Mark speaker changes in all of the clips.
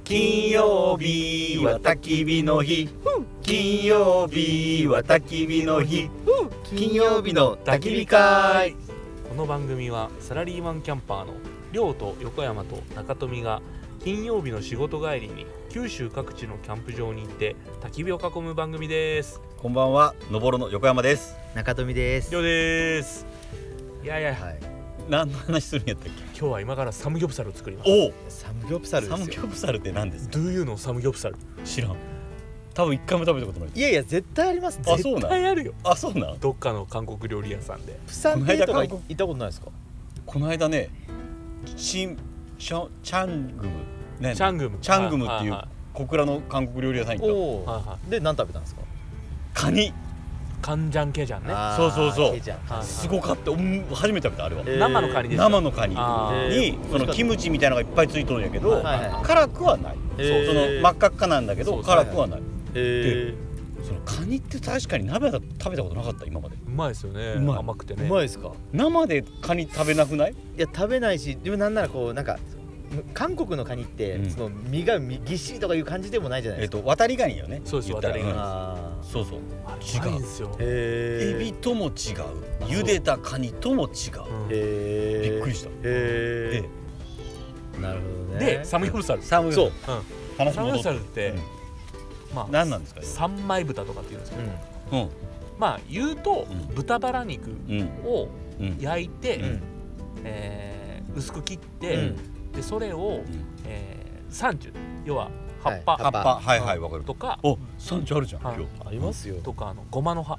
Speaker 1: 金曜日は焚き火の日、金曜日は焚き火の日、金曜日の焚き火会。
Speaker 2: この番組はサラリーマンキャンパーの亮と横山と中富が金曜日の仕事帰りに九州各地のキャンプ場に行って焚き火を囲む番組です。
Speaker 1: こんばんは、のぼろの横山です。
Speaker 3: 中富です。
Speaker 2: 亮です。いや、
Speaker 1: はい、何の話するんやったっけ。
Speaker 2: 今日は今からサムギョプサルを作ります。
Speaker 1: おお、
Speaker 3: サムギョプサルですよ。
Speaker 1: サムギョプサルって何ですか。
Speaker 2: Do you know サムギョプサル。
Speaker 1: 知らん。多分一回も食べたことない。
Speaker 3: いやいや、絶対あります。
Speaker 1: あ、そうなん。
Speaker 2: 絶対あるよ。
Speaker 1: あ、そうなん。
Speaker 2: どっかの韓国料理屋さんで。
Speaker 3: プサン亭とか行ったことないですか。
Speaker 1: この間ね、チャングム、ね、
Speaker 2: チャングム
Speaker 1: っていう小倉の韓国料理屋さんに行った。
Speaker 3: はいはい、で何食べたんですか。
Speaker 1: カニ。
Speaker 2: カンジャンケジャンね。
Speaker 1: そうすごかった。初めて食べたあれは。
Speaker 2: 生のカニです。
Speaker 1: 生のカニにそのキムチみたいなのがいっぱいついとるんやけど、辛くはない。その真っ赤っかなんだけど辛くはない。で、そのカニって確かに鍋で食べたことなかった今まで。
Speaker 2: うまいですよね。甘くてね。
Speaker 3: うまいですか。
Speaker 1: 生でカニ食べなくない？
Speaker 3: いや食べないし、でもなんならこうなんか韓国のカニって、その身がぎっしりとかいう感じでもないじゃないですか。
Speaker 1: 渡りガニよね。
Speaker 2: そうです、渡りガニ。
Speaker 1: そうそう。
Speaker 2: 違うんですよ。
Speaker 1: エビとも違う。茹でたカニとも違う。びっくりした。
Speaker 3: なるほどね。
Speaker 2: で、サムギョプサル。
Speaker 1: サムギョ
Speaker 2: プサルって、まあ
Speaker 1: 何なんですか。
Speaker 2: 三枚豚とかって言うんですけど、まあ言うと豚バラ肉を焼いて薄く切ってでそれをサンチュ、要は葉っぱ、
Speaker 1: はいはい、わかる
Speaker 2: とか、
Speaker 1: サンチュあるじゃん。今日
Speaker 3: ありますよ。
Speaker 2: とかごまの葉、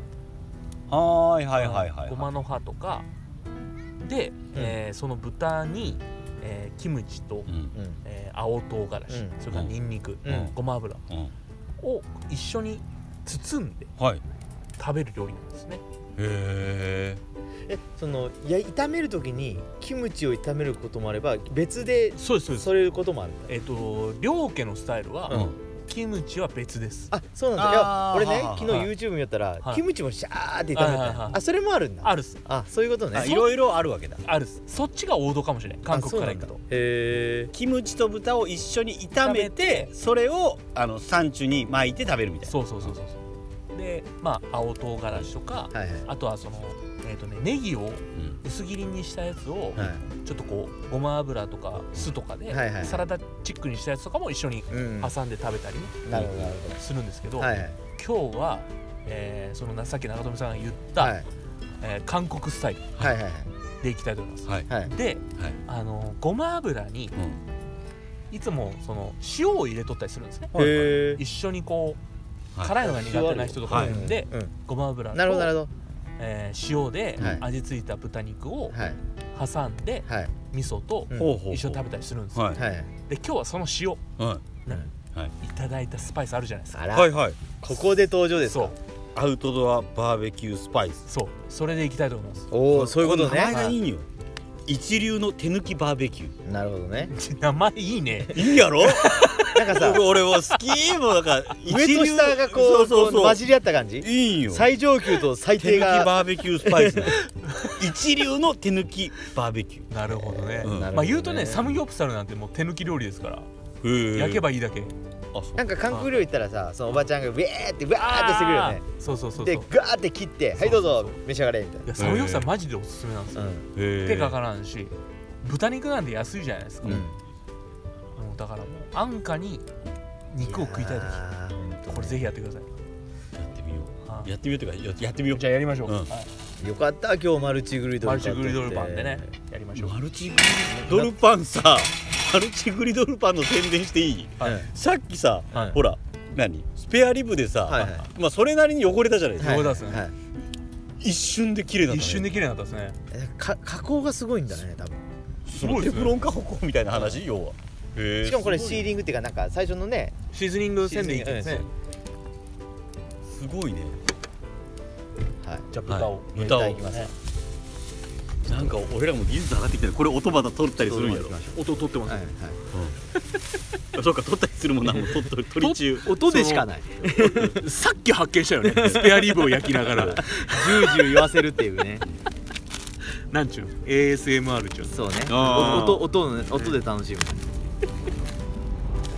Speaker 2: ごまの葉とかでその豚にキムチと青唐辛子、それからニンニク、ごま油を一緒に包んで食べる料理なんですね。
Speaker 1: へ
Speaker 3: え、その炒めるときにキムチを炒めることもあれば別でそれることもあるんだ。
Speaker 2: 両家のスタイルはキムチは別です。
Speaker 3: あ、そうなんだ。いや、俺ね昨日 YouTube 見やったらキムチもシャーって炒めた。あ、それもあるんだ。
Speaker 2: あるっす。
Speaker 3: あ、そういうことね。
Speaker 1: いろいろあるわけだ。
Speaker 2: あるっす。そっちが王道かもしれない。韓国から行くと。
Speaker 1: キムチと豚を一緒に炒めて、それをサンチュに巻いて食べるみたいな。
Speaker 2: そうで、まあ青唐辛子とか、あとはそのネギを薄切りにしたやつをちょっとこうごま油とか酢とかでサラダチックにしたやつとかも一緒に挟んで食べたりするんですけど、今日はそのさっき中富さんが言った韓国スタイルでいきたいと思います。で、ごま油にいつもその塩を入れとったりするんですね。一緒にこう辛いのが苦手な人とかいるんで、ごま油と塩で味付いた豚肉を挟んで味噌と一緒に食べたりするんですよ。で、今日はその塩いただいたスパイスあるじゃないですか。
Speaker 3: ここで登場ですか。
Speaker 1: アウトドアバーベキュースパイス。
Speaker 2: そう、それでいきたいと思います。
Speaker 3: おお、そういうことね。
Speaker 1: 名前がいいんよ。一流の手抜きバーベキュー。
Speaker 3: なるほどね。
Speaker 2: 名前いいね。
Speaker 1: いいやろ。
Speaker 3: なんかさ、
Speaker 1: 俺は好き。もうなんか
Speaker 3: 上と下がこう混じり合った感じ。
Speaker 1: いいよ。
Speaker 3: 最上級と最低が
Speaker 1: 手抜きバーベキュースパイス。一流の手抜きバーベキュー。
Speaker 2: なるほどね。まあ言うとね、サムギョプサルなんてもう手抜き料理ですから。焼けばいいだけ。
Speaker 3: なんか韓国料理行ったらさ、そのおばちゃんがウェーってしてくるよね。
Speaker 2: そう
Speaker 3: でガーって切ってはいどうぞ召し上がれみたいな。
Speaker 2: サムギョプサルマジでおすすめなんですよ。手かからんし、豚肉なんで安いじゃないですか。だからもう安価に肉を食いたい時、これぜひやってください。
Speaker 1: やってみようとかやってみよう。
Speaker 2: じゃあやりましょう。
Speaker 3: よかった、今日マルチグリドル
Speaker 2: パンでねやりましょう。
Speaker 1: マルチグリドルパンさ、マルチグリドルパンの宣伝していい？さっきさ、ほらスペアリブでさ、まあそれなりに汚れたじゃないですか。
Speaker 2: 汚れたですね。
Speaker 1: 一瞬で綺麗だった。
Speaker 2: 一瞬で綺麗になったですね。
Speaker 3: 加工がすごいんだね、多分。
Speaker 1: すごい。テフロン加工みたいな話、要は。
Speaker 3: しかもこれシーリングっていうか、なんか最初のね
Speaker 2: シーズニングせんでいいですね。
Speaker 1: すごいね。
Speaker 2: じゃあ
Speaker 3: 豚をいきます。
Speaker 1: なんか俺らも技術上がってきたら、これ音まだ取ったりするんやろ。
Speaker 2: 音取ってます。
Speaker 1: そうか、取ったりするもんな。もう取り中
Speaker 3: 音でしかない。
Speaker 2: さっき発見したよね。スペアリブを焼きながら
Speaker 3: ジュージュー言わせるっていうね。
Speaker 2: なんちゅう ASMR ちゅう。
Speaker 3: そうね。音で楽しむ。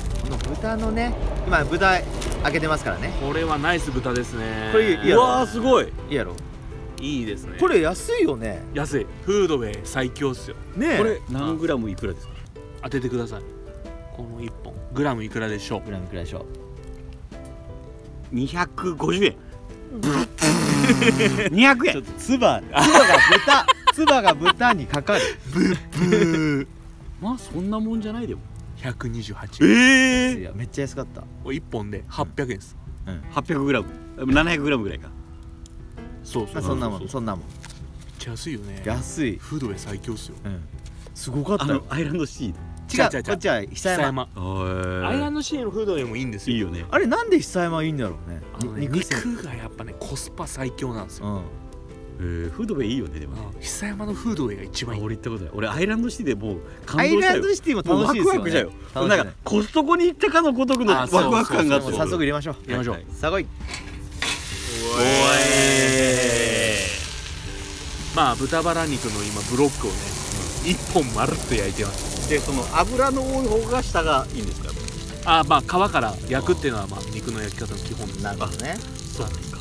Speaker 3: 豚のね、今豚開けてますからね。
Speaker 2: これはナイス豚ですね。
Speaker 3: これいいやろ。
Speaker 1: うわーすごい
Speaker 3: いいやろ。
Speaker 2: いいですね。
Speaker 3: これ安いよね。
Speaker 2: 安い。フードウェイ最強っすよ
Speaker 3: ね。
Speaker 1: これ何グラムいくらですか？
Speaker 2: 当ててください。この1本グラムいくらでしょう？
Speaker 3: グラムいくらでしょ
Speaker 1: う。250円。200円。
Speaker 3: ちょっとつばが豚にかかる。
Speaker 1: まあそんなもんじゃないでも。
Speaker 2: 128円。
Speaker 3: いやめっちゃ安かった。
Speaker 2: 1本で800円です。
Speaker 1: 800グラム、700グラムぐらいか。
Speaker 2: そうそう。
Speaker 3: そんなもん。めっ
Speaker 2: ちゃ安いよね。
Speaker 3: 安い。
Speaker 2: フードウェイ最強っすよ。
Speaker 3: すごかったよ。
Speaker 1: アイランドシー。
Speaker 3: 違う、こっちは久山。
Speaker 2: アイランドシーのフードウェイもいいんですよ。
Speaker 1: いいよね。
Speaker 3: あれなんで久山いいんだろうね。
Speaker 2: 肉がやっぱねコスパ最強なんですよ。
Speaker 1: フードウェイいいよね。でも
Speaker 2: 久山のフードウェイが一番いい。
Speaker 1: 俺行ったことない。俺アイランドシティでもう感動したよ。
Speaker 3: アイランドシティも楽しいですよね。
Speaker 1: ワクワクじゃよ。なんかコストコに行ったかのごとくのワクワク感があって。
Speaker 3: 早速入れましょう。さごい。
Speaker 1: おい。
Speaker 2: まあ豚バラ肉の今ブロックをね1本まるっと焼いてます。
Speaker 1: でその油の多い方が下がいいんですか？
Speaker 2: まあ皮から焼くっていうのはまあ肉の焼き方の基本です。
Speaker 3: なるほどね。
Speaker 2: そうなんですか。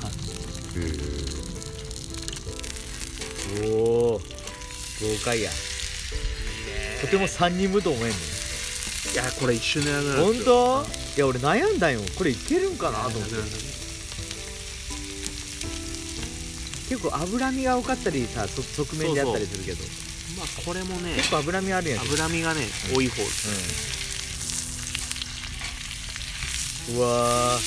Speaker 3: おお豪快や。とても3人分と思えんね。
Speaker 2: いやこれ一瞬でやる。
Speaker 3: 本当？いや俺悩んだんよ。これいけるんかなと思って。結構脂身が多かったりさ、側面であったりするけど、
Speaker 2: まあこれもね
Speaker 3: 結構脂身あるやん。
Speaker 2: 脂身がね多い方です。
Speaker 3: うわ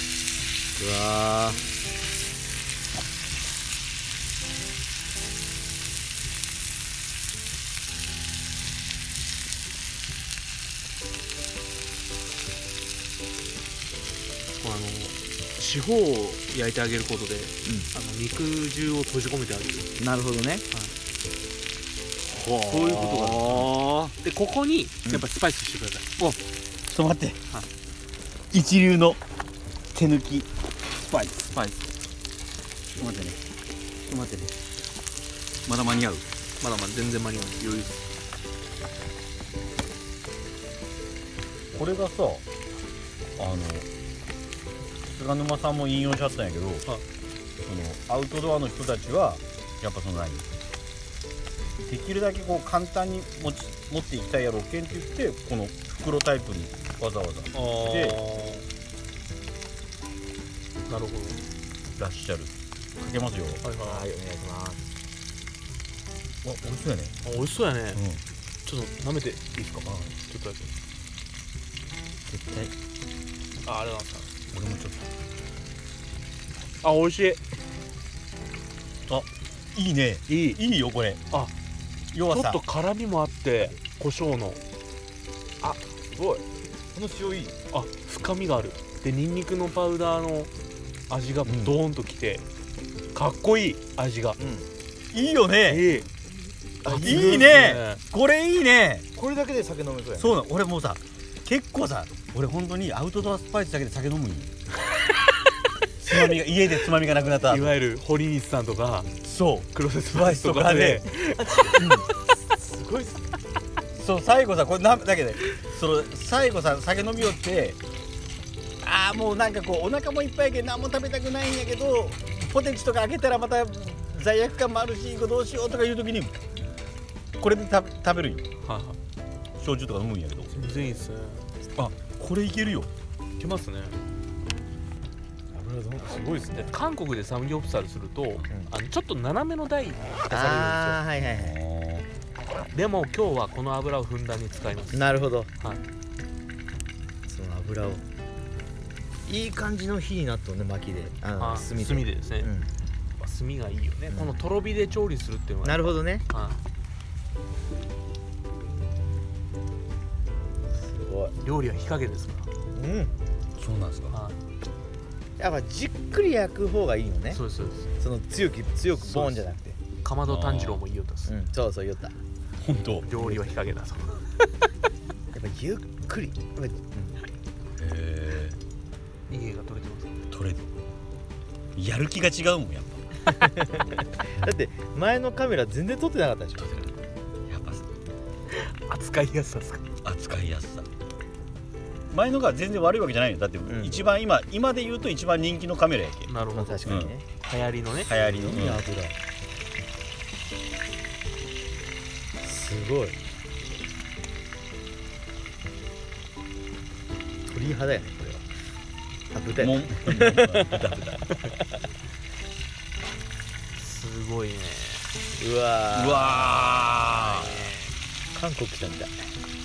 Speaker 2: 四方を焼いてあげることで、肉汁を閉じ込めてあげる。
Speaker 3: なるほどね。
Speaker 2: そういうことが。でここにやっぱスパイスしてください。
Speaker 1: ちょっと待って。一流の手抜きスパイス。ちょっと待ってね。まだ間に合う。
Speaker 2: まだ全然間に合う。余裕です。
Speaker 1: これがさ菅沼さんも引用しちゃったんやけど、そのアウトドアの人たちはやっぱそのできるだけこう簡単に持っていきたいやろうけんって言ってこの袋タイプにわざわざで
Speaker 2: なるほど
Speaker 1: らっしゃる。かけますよ。
Speaker 3: はい、お願いします。
Speaker 1: 美味しそうやね。
Speaker 2: 美味しそうやね。ちょっと舐めていいですか？ちょっとだけ。
Speaker 1: 絶対。
Speaker 2: ありがとうございます。
Speaker 1: 俺もちょっ
Speaker 2: と。美味しい。
Speaker 1: いいね。いいよこれ。要はさ
Speaker 2: ちょっと辛みもあって胡椒の
Speaker 3: すごいこの塩いい。
Speaker 2: 深みがある。でニンニクのパウダーの味がドーンときて、かっこいい味が。
Speaker 1: いいよね。いいね。これいいね。
Speaker 3: これだけで酒飲めそうやね。
Speaker 1: そうなの。俺もうさ結構さ俺本当にアウトドアスパイスだけで酒飲むんよ。つまみが家でつまみがなくなった
Speaker 2: いわゆる堀西さんとか黒瀬スパイスとかです
Speaker 3: ごいっすね。
Speaker 1: そう最後さこれだけで最後さ酒飲みよってもうなんかこうお腹もいっぱいやけど何も食べたくないんやけどポテチとか開けたらまた罪悪感もあるしどうしようとかいう時にこれで食べるんよ。焼酎とか飲むんやけど
Speaker 2: 全然いいっすね。
Speaker 1: これいけるよ。
Speaker 2: いけますね。
Speaker 3: すごいですね。
Speaker 2: 韓国でサムギョプサルすると、ちょっと斜めの台に出されるんですよ。でも今日はこの油をふんだんに使います。
Speaker 3: なるほど。その油をいい感じの火になったね。薪で炭
Speaker 2: でですね。炭がいいよね。このとろ火で調理するっていうのは
Speaker 3: なるほどね。すごい。
Speaker 2: 料理は火加減ですから。
Speaker 1: そうなんですか。
Speaker 3: やっぱじっくり焼く方がいいよね。
Speaker 2: そうです。
Speaker 3: その強くボンじゃなくて。
Speaker 2: かまど炭治郎も言いよったっす。
Speaker 3: そう言った。
Speaker 1: 本当。
Speaker 2: 料理は火加減だぞ。
Speaker 3: やっぱゆっくり。
Speaker 2: いい絵が撮れてます。
Speaker 1: 撮れる。やる気が違うもんやっ
Speaker 3: ぱ。だって前のカメラ全然撮ってなかったでしょ。
Speaker 1: やっぱ
Speaker 2: 扱いやすさですか。
Speaker 1: 扱いやすさ。 前のが全然悪いわけじゃないよ。だって一番今で言うと一番人気のカメラやけ。
Speaker 2: なるほど、
Speaker 3: 確かにね、
Speaker 2: 流行りのね、
Speaker 3: いい油、すごい鳥肌やねこれは。あ、豚やね。
Speaker 2: すごいね。
Speaker 3: うわ
Speaker 1: うわ
Speaker 3: ー、韓国来たみたい。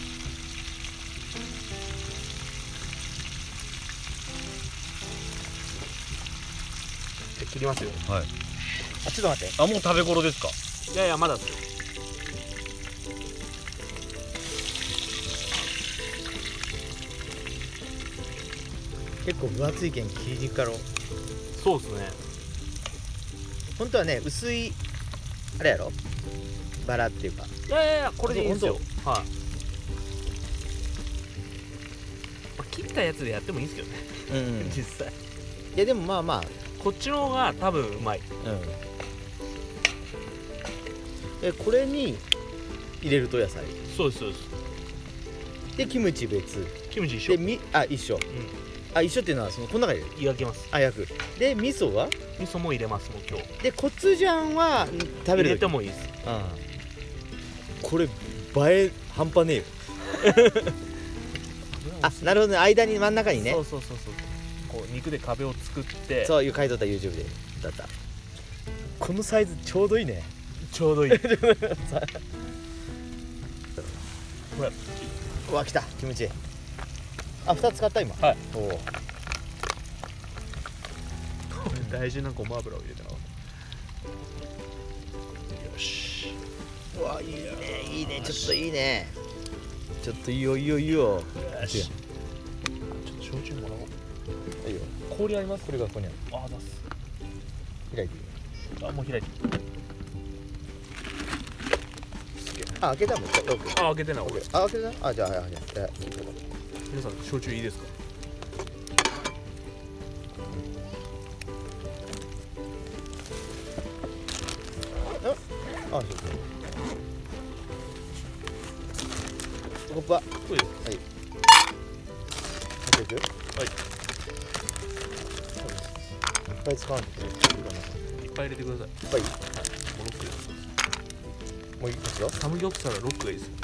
Speaker 2: 切りますよ。
Speaker 1: はい。
Speaker 3: あ、ちょっと待って。
Speaker 1: あ、もう食べ頃ですか。
Speaker 2: いやいや、まだですよ。
Speaker 3: 結構分厚いけん切りにくかろう。
Speaker 2: そうですね。
Speaker 3: 本当はね、薄いあれやろ、バラっていうか。
Speaker 2: いやいやいや、これでいいんですよ。はい。まあ、切ったやつでやってもいいんですけどね。
Speaker 3: うん、
Speaker 2: 実際。
Speaker 3: いやでもまあまあ
Speaker 2: こっちの方が多分うまい。
Speaker 3: これに入れると野菜。
Speaker 2: そうですそうです。
Speaker 3: でキムチ別。
Speaker 2: キムチ一緒。
Speaker 3: で一緒。あ、一緒っていうのはそのこの中で
Speaker 2: 焼きます。
Speaker 3: あ、焼く。で味噌は？
Speaker 2: 味噌も入れますもん今日。
Speaker 3: でコチュジャンは食べる。
Speaker 2: 入れてもいいです。
Speaker 3: これ映え半端ねえよ。あ、なるほどね。間に真ん中にね。
Speaker 2: そうそうそうそう。こう肉で壁を作って。
Speaker 3: そういう書いとった YouTube でだった。このサイズちょうどいいね。
Speaker 2: ちょうどいい。ほら。
Speaker 3: うわ、来たキムチ。あ、2つ買った今。
Speaker 2: はい。
Speaker 3: おお。
Speaker 2: 大事なごま油を入れたの。よし。
Speaker 3: うわ、いいねいいね、ちょっといいね。ちょっといいよいいよいいよ。よし。ちょ
Speaker 2: っと焼酎もらおう。
Speaker 3: いいよ。
Speaker 2: 氷あります？
Speaker 3: これがここにある。
Speaker 2: あ、出す。
Speaker 3: 開いていい。
Speaker 2: あ、もう開いて。
Speaker 3: あ、開けたもん。
Speaker 2: あ、開けてない俺。
Speaker 3: あ、開けた。あ、じゃあ
Speaker 2: 皆さん焼酎いいですか？
Speaker 3: あ、そうコップは
Speaker 2: これです。
Speaker 3: はい。開ける？
Speaker 2: はい。
Speaker 3: いっぱい使わんとい
Speaker 2: っぱい入れてください。
Speaker 3: いっぱい。
Speaker 2: はい。もう6個です。
Speaker 3: もういいですよ。
Speaker 2: サムギョプサル6個がいいですよ。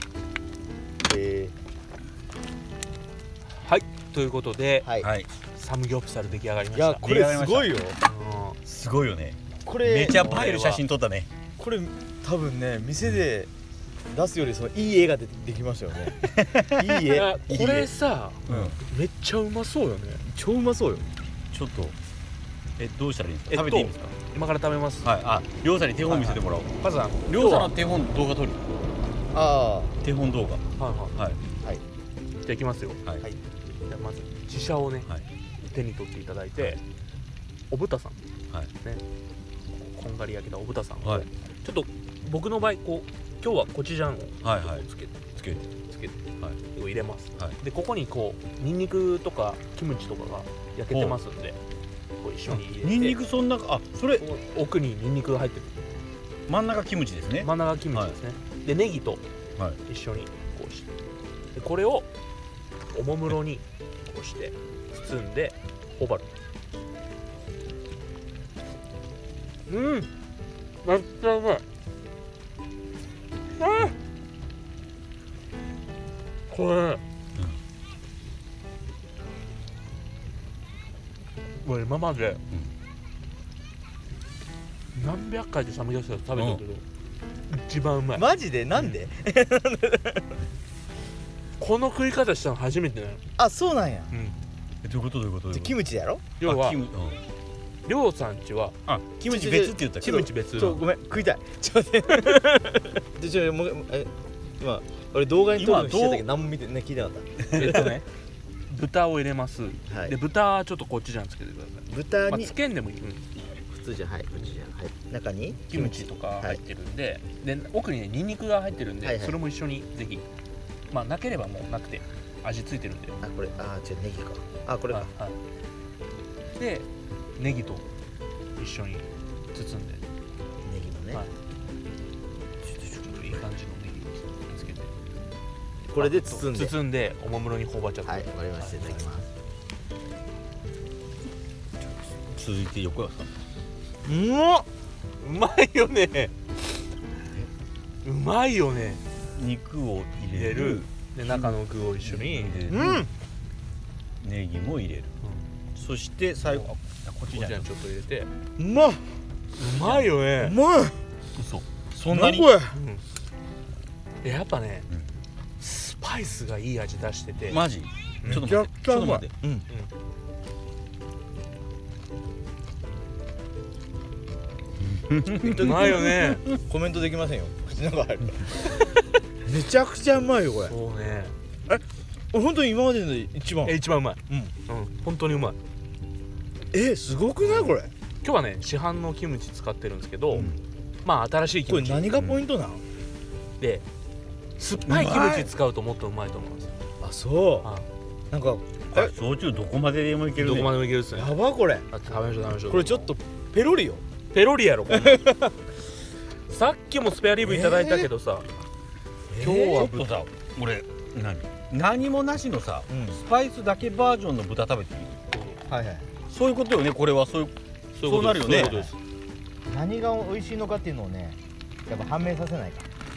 Speaker 2: はい。ということで、
Speaker 3: はい。
Speaker 2: サムギョプサル出来上がりました。
Speaker 3: いや、これすごいよ。
Speaker 1: すごいよね。
Speaker 3: これ
Speaker 1: めちゃ映える写真撮ったね。
Speaker 3: これ多分ね、店で出すよりそのいい絵ができましたよね。いい絵。
Speaker 2: これさ、めっちゃうまそうよね。
Speaker 3: 超うまそうよ。
Speaker 1: ちょっとどうしたらいいんですか？食べていいんですか？
Speaker 2: 今から食べます。
Speaker 1: はい。あ、りょうさんに手本見せてもらおう。
Speaker 2: まず
Speaker 1: りょうさんの手本動画撮る。
Speaker 3: あ
Speaker 1: あ。手本動画。
Speaker 2: はいはい。
Speaker 3: はい。
Speaker 2: じゃあいきますよ。
Speaker 3: はい。
Speaker 2: じゃあまず自社をね、手に取っていただいて、お豚さん。はい。ね。こんがり焼けたお豚さんを。ちょっと僕の場合こう今日はコチュジャンをつけて入れます。でここにこうニンニクとかキムチとかが焼けてますんで、こう一緒に入れて。
Speaker 1: ニンニクそんなそれ
Speaker 2: 奥にニンニクが入ってる。
Speaker 1: 真ん中キムチですね。
Speaker 2: 真ん中キムチですね。でネギと一緒にこうして、でこれをおもむろにこうして包んで頬張る。めっちゃうまい。これ、俺今まで何百回でサムギョプサル食べたけど、一番うまい。
Speaker 3: マジで？なんで？
Speaker 2: この食い方したの初めてなの。
Speaker 3: あ、そうなんや。
Speaker 1: どういうこと？
Speaker 3: キムチやろ？
Speaker 2: 要はりょうさんちは
Speaker 1: キムチ別って言った。
Speaker 2: キムチ別。
Speaker 3: ごめん、食いたい。ちょっと待って。もう今俺動画に撮るのしてたけど何も見てね、聞いてなかった。
Speaker 2: 豚を入れます。で豚はちょっとコチュジャンつけてください。
Speaker 3: 豚に
Speaker 2: つけんでもいい。
Speaker 3: 普通じゃん。はい、コチュジャン。はい。中に
Speaker 2: キムチとか入ってるんで、で奥にねニンニクが入ってるんで、それも一緒にぜひ。まあなければもうなくて味ついてるんで。
Speaker 3: あ、これ違う、ネギか。あ、これか。
Speaker 2: でネギと一緒に包んで。
Speaker 3: ネギのね。
Speaker 2: ちょっといい感じのネギをつけて。
Speaker 3: これで包んで
Speaker 2: おもむろに頬張っちゃって。
Speaker 3: はい、わかりました。いただきます。
Speaker 1: 続いて横山さん。
Speaker 2: うまいよね。うまいよね。
Speaker 1: 肉を入れる。
Speaker 2: で中の具を一緒に入れる。
Speaker 1: ネギも入れる。そして最後こっちにちょっ
Speaker 2: と入れて。
Speaker 3: う
Speaker 2: まいよね。
Speaker 3: うまい。
Speaker 1: 嘘。そんなに。
Speaker 2: やっぱね、スパイスがいい味出してて。
Speaker 1: マジ？ちょっと待って。
Speaker 2: うまいよね。
Speaker 3: コメントできませんよ。口の中入る。めちゃくちゃうまいよこれ。
Speaker 2: そうね。
Speaker 3: 本当に今までの一番
Speaker 2: うまい。本当にうまい。
Speaker 3: すごくないこれ。
Speaker 2: 今日はね市販のキムチ使ってるんですけど、まあ新しいキムチ。
Speaker 3: これ何がポイントなの？
Speaker 2: で、酸っぱいキムチ使うともっとうまいと思うんですよ。
Speaker 3: あ、そう。なんか
Speaker 1: 焼酎どこまででもいけるね。
Speaker 2: どこまでもいけるっすね。
Speaker 3: やばこれ。
Speaker 2: 食べましょう。
Speaker 3: これちょっとペロリよ。
Speaker 2: ペロリやろ。さっきもスペアリブいただいたけどさ、
Speaker 1: 今日はちょっとさ、俺何もなしのさ、スパイスだけバージョンの豚食べていい？
Speaker 3: はいはい。
Speaker 1: そういうことよね。これはそうなるよね。
Speaker 3: 何が美味しいのかっていうのをね、やっぱ判明させないか。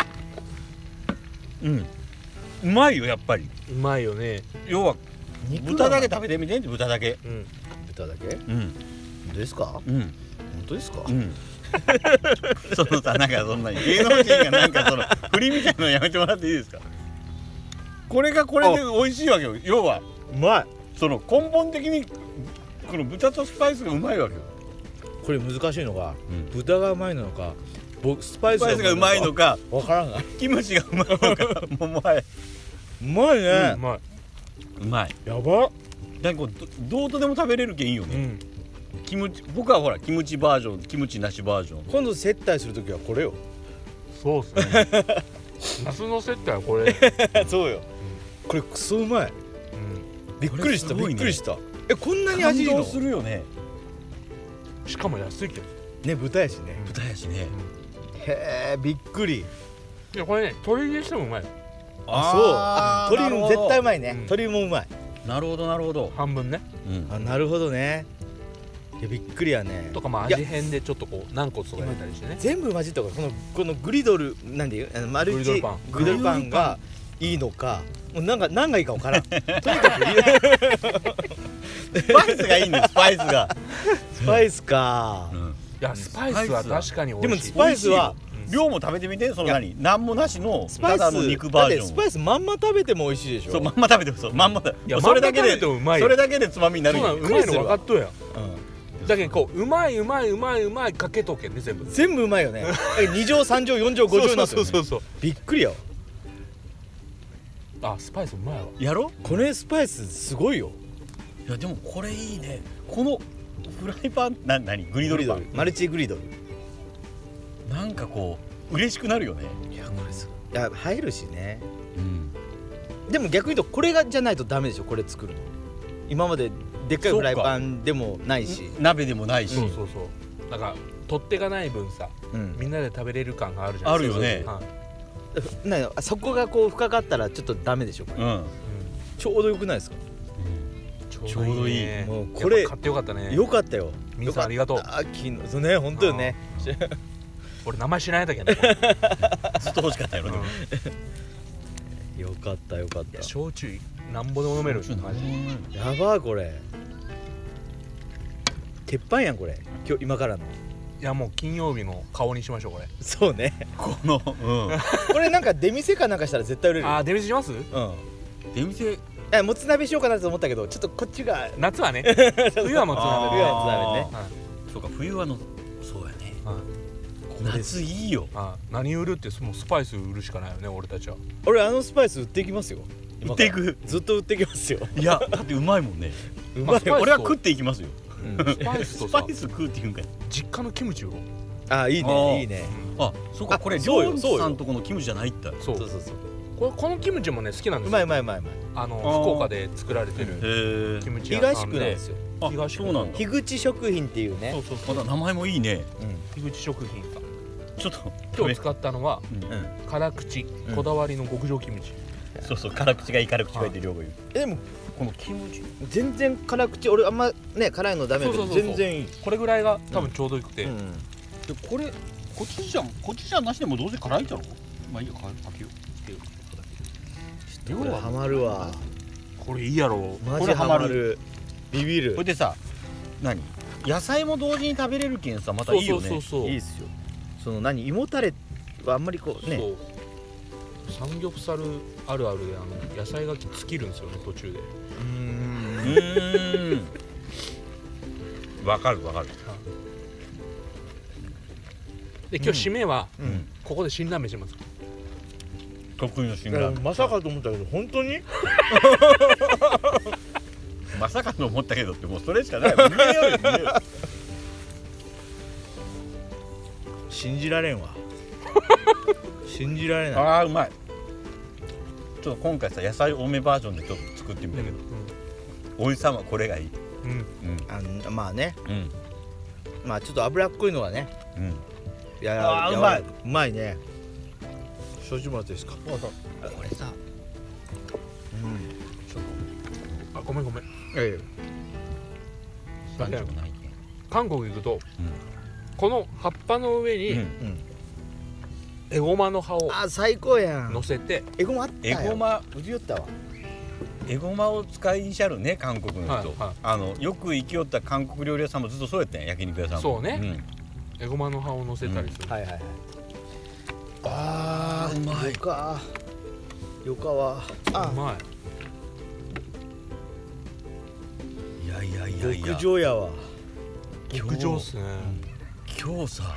Speaker 1: うまいよやっぱり。
Speaker 2: うまいよね。
Speaker 1: 要は豚だけ食べてみて。豚だけ。
Speaker 3: 豚だけ？本当ですか？本当ですか？
Speaker 1: そのさ、なんかそんなに芸能人がなんかその振りみたいのやめてもらっていいですか？これがこれで美味しいわけよ。要は
Speaker 3: うまい。
Speaker 1: その根本的にこの豚とスパイスがうまいわけよ。
Speaker 3: これ難しいのが、豚がうまいのかスパイス
Speaker 1: がうまいのか
Speaker 3: わからない。
Speaker 1: キムチがうまいのかもううまい。
Speaker 3: うまいね。
Speaker 1: うまい。
Speaker 3: やば。
Speaker 1: だからどうとでも食べれるけんいいよね。キムチ、僕はほらキムチバージョン、キムチなしバージョン。
Speaker 3: 今度接待するときはこれよ。
Speaker 2: そうっすね。ナスの接待はこれ。
Speaker 3: そうよ。これクソうまい。びっくりした。びっくりした。こんなに味いいの？
Speaker 1: 感動するよね。
Speaker 2: しかも安いけど
Speaker 3: ね。豚やしね。
Speaker 1: 豚やしね。
Speaker 3: へえ、びっくり。
Speaker 2: いやこれね、鶏入れしてもうまい。
Speaker 3: あ、そう。鶏も絶対うまいね。鶏もうまい。
Speaker 1: なるほどなるほど。
Speaker 2: 半分ね。
Speaker 3: あ、なるほどね。いやびっくりやね。
Speaker 2: とかまあ味変でちょっとこう軟骨とか入れたりしてね。
Speaker 3: 全部混じったからこのグリドルなんでいうマルチグリドルパンがいいのか、もう何がいいか分からん。とにかく
Speaker 1: スパイスがいいんです。スパイスが。
Speaker 3: スパイスか。
Speaker 2: いやスパイスは確かに美味しい。
Speaker 3: でもスパイスは
Speaker 1: 量も食べてみて。その何もなしのただの肉バージョン。
Speaker 3: スパイスまんま食べても美味しいでしょ。
Speaker 1: そう、まんま食べてもそう、まんま。それだけでつまみになる。
Speaker 2: うまいの分かっとや。だけどこううまいかけとけね。
Speaker 3: 全部うまいよね。2乗3乗4乗5乗になってる。
Speaker 2: そう
Speaker 3: びっくりよ。
Speaker 2: あ、スパイスうまいわ。
Speaker 1: やろ？
Speaker 3: これスパイスすごいよ。
Speaker 1: いやでもこれいいね。このフライパン何グリドルパン、
Speaker 3: マルチグリドル。
Speaker 1: なんかこう嬉しくなるよね。
Speaker 3: いやこれすごい。いや入るしね。でも逆に言うとこれがじゃないとダメでしょ。これ作るの。今まででっかいフライパンでもないし、
Speaker 1: 鍋でもないし。
Speaker 2: そうなんか取っ手がない分さ、みんなで食べれる感があるじゃないですか。あるよ
Speaker 3: ね。そこがこう深かったらちょっとダメでしょ。これちょうどよくないですか？
Speaker 2: ちょうどいい。
Speaker 3: もうこれ
Speaker 2: 買ってよかったね。
Speaker 3: よかったよ。
Speaker 2: みんさんありがとう。
Speaker 3: 昨日そうね、本当よね。
Speaker 2: 俺名前知らないだけど
Speaker 1: ずっと欲しかったよね。
Speaker 3: よかったよかった。
Speaker 2: 焼酎なんぼでも飲める。
Speaker 3: やばいこれ。鉄板やんこれ。今からの。
Speaker 2: いやもう金曜日の顔にしましょうこれ。
Speaker 3: そうね。
Speaker 1: この
Speaker 3: これなんか出店かなんかしたら絶対売れる。
Speaker 2: あ、出店します？
Speaker 1: 出店。
Speaker 3: もつ鍋しようかなと思ったけど、ちょっとこっちが
Speaker 2: 夏はね。冬はもつ鍋。
Speaker 3: 冬はもつ鍋ね。
Speaker 1: そうか、冬はそうやね。夏いいよ。
Speaker 2: 何売るってもうスパイス売るしかないよね俺たちは。
Speaker 3: 俺スパイス売っていきますよ。
Speaker 1: 売っていく。
Speaker 3: ずっと売っていきますよ。
Speaker 1: いやだってうまいもんね。
Speaker 3: うまい。
Speaker 1: 俺は食っていきますよ。
Speaker 2: スパイスとさ、
Speaker 1: スパイス食うって言うんかい。
Speaker 2: 実家のキムチ売ろう。
Speaker 3: あ、いいねいいね。
Speaker 1: あ、そうか、これりょうさんとこのキムチじゃないって。
Speaker 2: そうこのキムチもね好きなんですよ。
Speaker 3: うまい。
Speaker 2: 福岡で作られてるキムチ屋さんで。
Speaker 3: 東区なんですよ。
Speaker 1: そうなんだ。
Speaker 3: 樋口食品っていうね。
Speaker 1: まだ名前もいいね。
Speaker 2: 樋口食品か。
Speaker 1: ちょっと
Speaker 2: 今日使ったのは辛口こだわりの極上キムチ。
Speaker 1: そうそう、辛口がいい辛口がいいって両方言う。
Speaker 3: でも
Speaker 1: このキムチ
Speaker 3: 全然辛口、俺あんまね辛いのダメだけど全然いい。
Speaker 2: これぐらいが多分ちょうどよくて、
Speaker 1: でこれコチュジャンなしでもどうせ辛いんじゃろ。まあいいよ、かけよう。
Speaker 3: これハマるわ。
Speaker 2: これいいやろ。
Speaker 3: マジハマる。ビビる。
Speaker 1: これでさ、何野菜も同時に食べれるけんさ、またいいよね。
Speaker 3: いいっすよ。その何、胃もたれはあんまりこうね、
Speaker 2: サムギョプサルあるあるで野菜が尽きるんですよね、途中で。
Speaker 1: わかるわかる。
Speaker 2: で今日締めはここで辛ラーメンします。
Speaker 1: 得意の辛ラーメン。
Speaker 3: まさかと思ったけど本当に
Speaker 1: まさかと思ったけどってもうそれしかない。
Speaker 3: 信じられんわ。信じられない。
Speaker 1: ああうまい。ちょっと今回さ野菜多めバージョンでちょっと作ってみたけど、おいさんはこれがいい。
Speaker 3: まあね、まあちょっと脂っこいのはね、
Speaker 1: いやうまい、
Speaker 3: うまいね。焼酎もらっていいですか。これさ、
Speaker 2: あ、ごめんごめん。韓国行くとこの葉っぱの上にエゴマの葉を
Speaker 3: 最高やん
Speaker 2: 乗せて、
Speaker 3: エゴマあったよ。
Speaker 1: エゴマ
Speaker 3: うじよったわ。
Speaker 1: エゴマを使いしゃるね、韓国の人。よく行きよった韓国料理屋さんもずっとそうやったんや、焼肉屋さんも。
Speaker 2: そうね、エゴマの葉を乗せたりする。
Speaker 3: はいはいはい。あーうまいか。よかわ。
Speaker 2: うま
Speaker 1: い。いやいやいやいや。
Speaker 3: 極上やわ。
Speaker 2: 極上っすね。
Speaker 1: 今日さ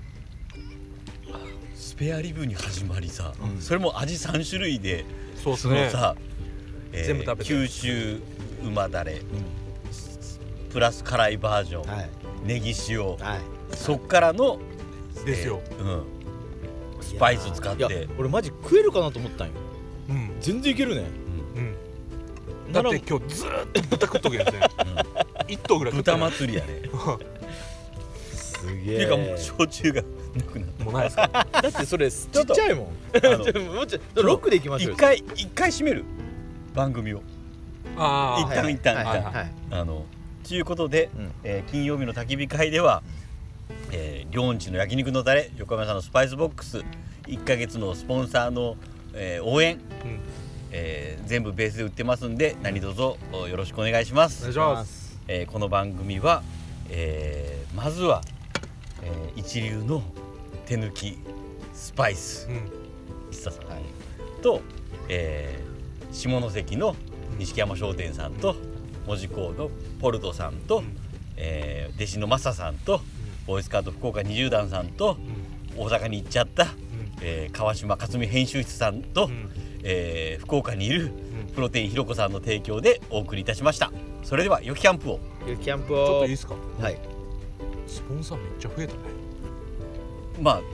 Speaker 1: スペアリブに始まりさ、それも味3種類で、
Speaker 2: そうっすね。
Speaker 1: 全部食べて九州馬だれプラス辛いバージョン、ネギ塩、そっからの
Speaker 2: ですよ、
Speaker 1: スパイス使って。
Speaker 3: 俺マジ食えるかなと思ったんよ。全然いけるね。
Speaker 2: だって今日ずーっと豚食っとけんですね。1頭ぐらい食って
Speaker 1: 豚祭りやね。
Speaker 3: すげえ。
Speaker 1: っていうかもう焼酎がなくなった。
Speaker 2: もうないですか。
Speaker 3: だってそれちっちゃいもん。もうちょっとロックでいきましょう。
Speaker 1: 一回閉める番組を。一旦。ということで、金曜日の焚き火会では、りょんちの焼肉のタレ、横山さんのスパイスボックス、1ヶ月のスポンサーの、応援、全部ベースで売ってますんで、何卒よろしくお願いします。
Speaker 2: お願いします。
Speaker 1: この番組は、まずは、一流の手抜きスパイス、喫茶さんと、下関の錦山商店さんと、門司港のポルトさんと、弟子のマサさんと、ボーイスカート福岡20段さんと、大阪に行っちゃった、川島克美編集室さんと、福岡にいるプロテインひろこさんの提供でお送りいたしました。それでは良きキャンプを。
Speaker 3: 良きキャンプ
Speaker 2: ちょっ
Speaker 3: を。
Speaker 2: といいですか。
Speaker 3: はい。
Speaker 2: スポンサーめっちゃ増えたね。
Speaker 1: まあ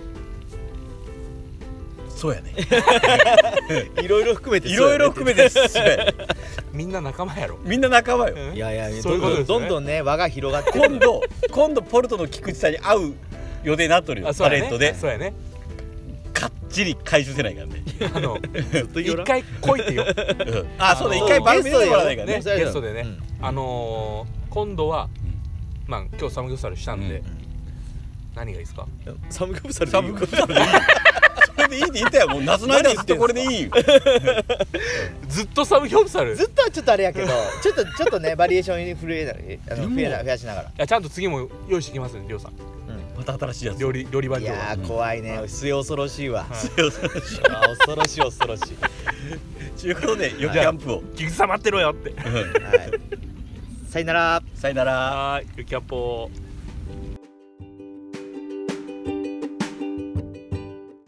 Speaker 1: そうやね。
Speaker 3: いろいろ含めて。
Speaker 1: いろいろ含めて。
Speaker 2: みんな仲間やろ。
Speaker 1: みんな仲間よ。
Speaker 3: いやいや、どんどんね輪が広がって。
Speaker 1: 今度ポルトの菊池さんに会う予定になっとるよ。タレントで。
Speaker 2: そうやね。
Speaker 1: かっちり回収せないからね。
Speaker 2: 一回来いってよ。
Speaker 1: あ、そうだ、一回番組でもらわないからね。
Speaker 2: ゲストでね。今度はまあ今日サムギョプサルしたんで、何がいいですか。
Speaker 3: サムギョプサル。
Speaker 1: サムギョプサルでいい。それでいいって言ったよ。もう夏の間ずっとこれでいい。
Speaker 2: ずっとサムギョプサル。
Speaker 3: ずっとはちょっとあれやけど、ちょっとねバリエーションに増やしながら。い
Speaker 2: やちゃんと次も用意してきますね、りょうさん。
Speaker 1: また新しいやつ。
Speaker 2: 料理番長。
Speaker 3: いや怖いね。末恐ろしいわ。
Speaker 1: 末恐ろしい。
Speaker 3: 恐ろしい恐ろしい。
Speaker 1: ということでよきキャンプを。
Speaker 2: 菊池さん待ってろよって。
Speaker 3: さよなら。
Speaker 1: さよなら。
Speaker 2: はい、よきキャンプを。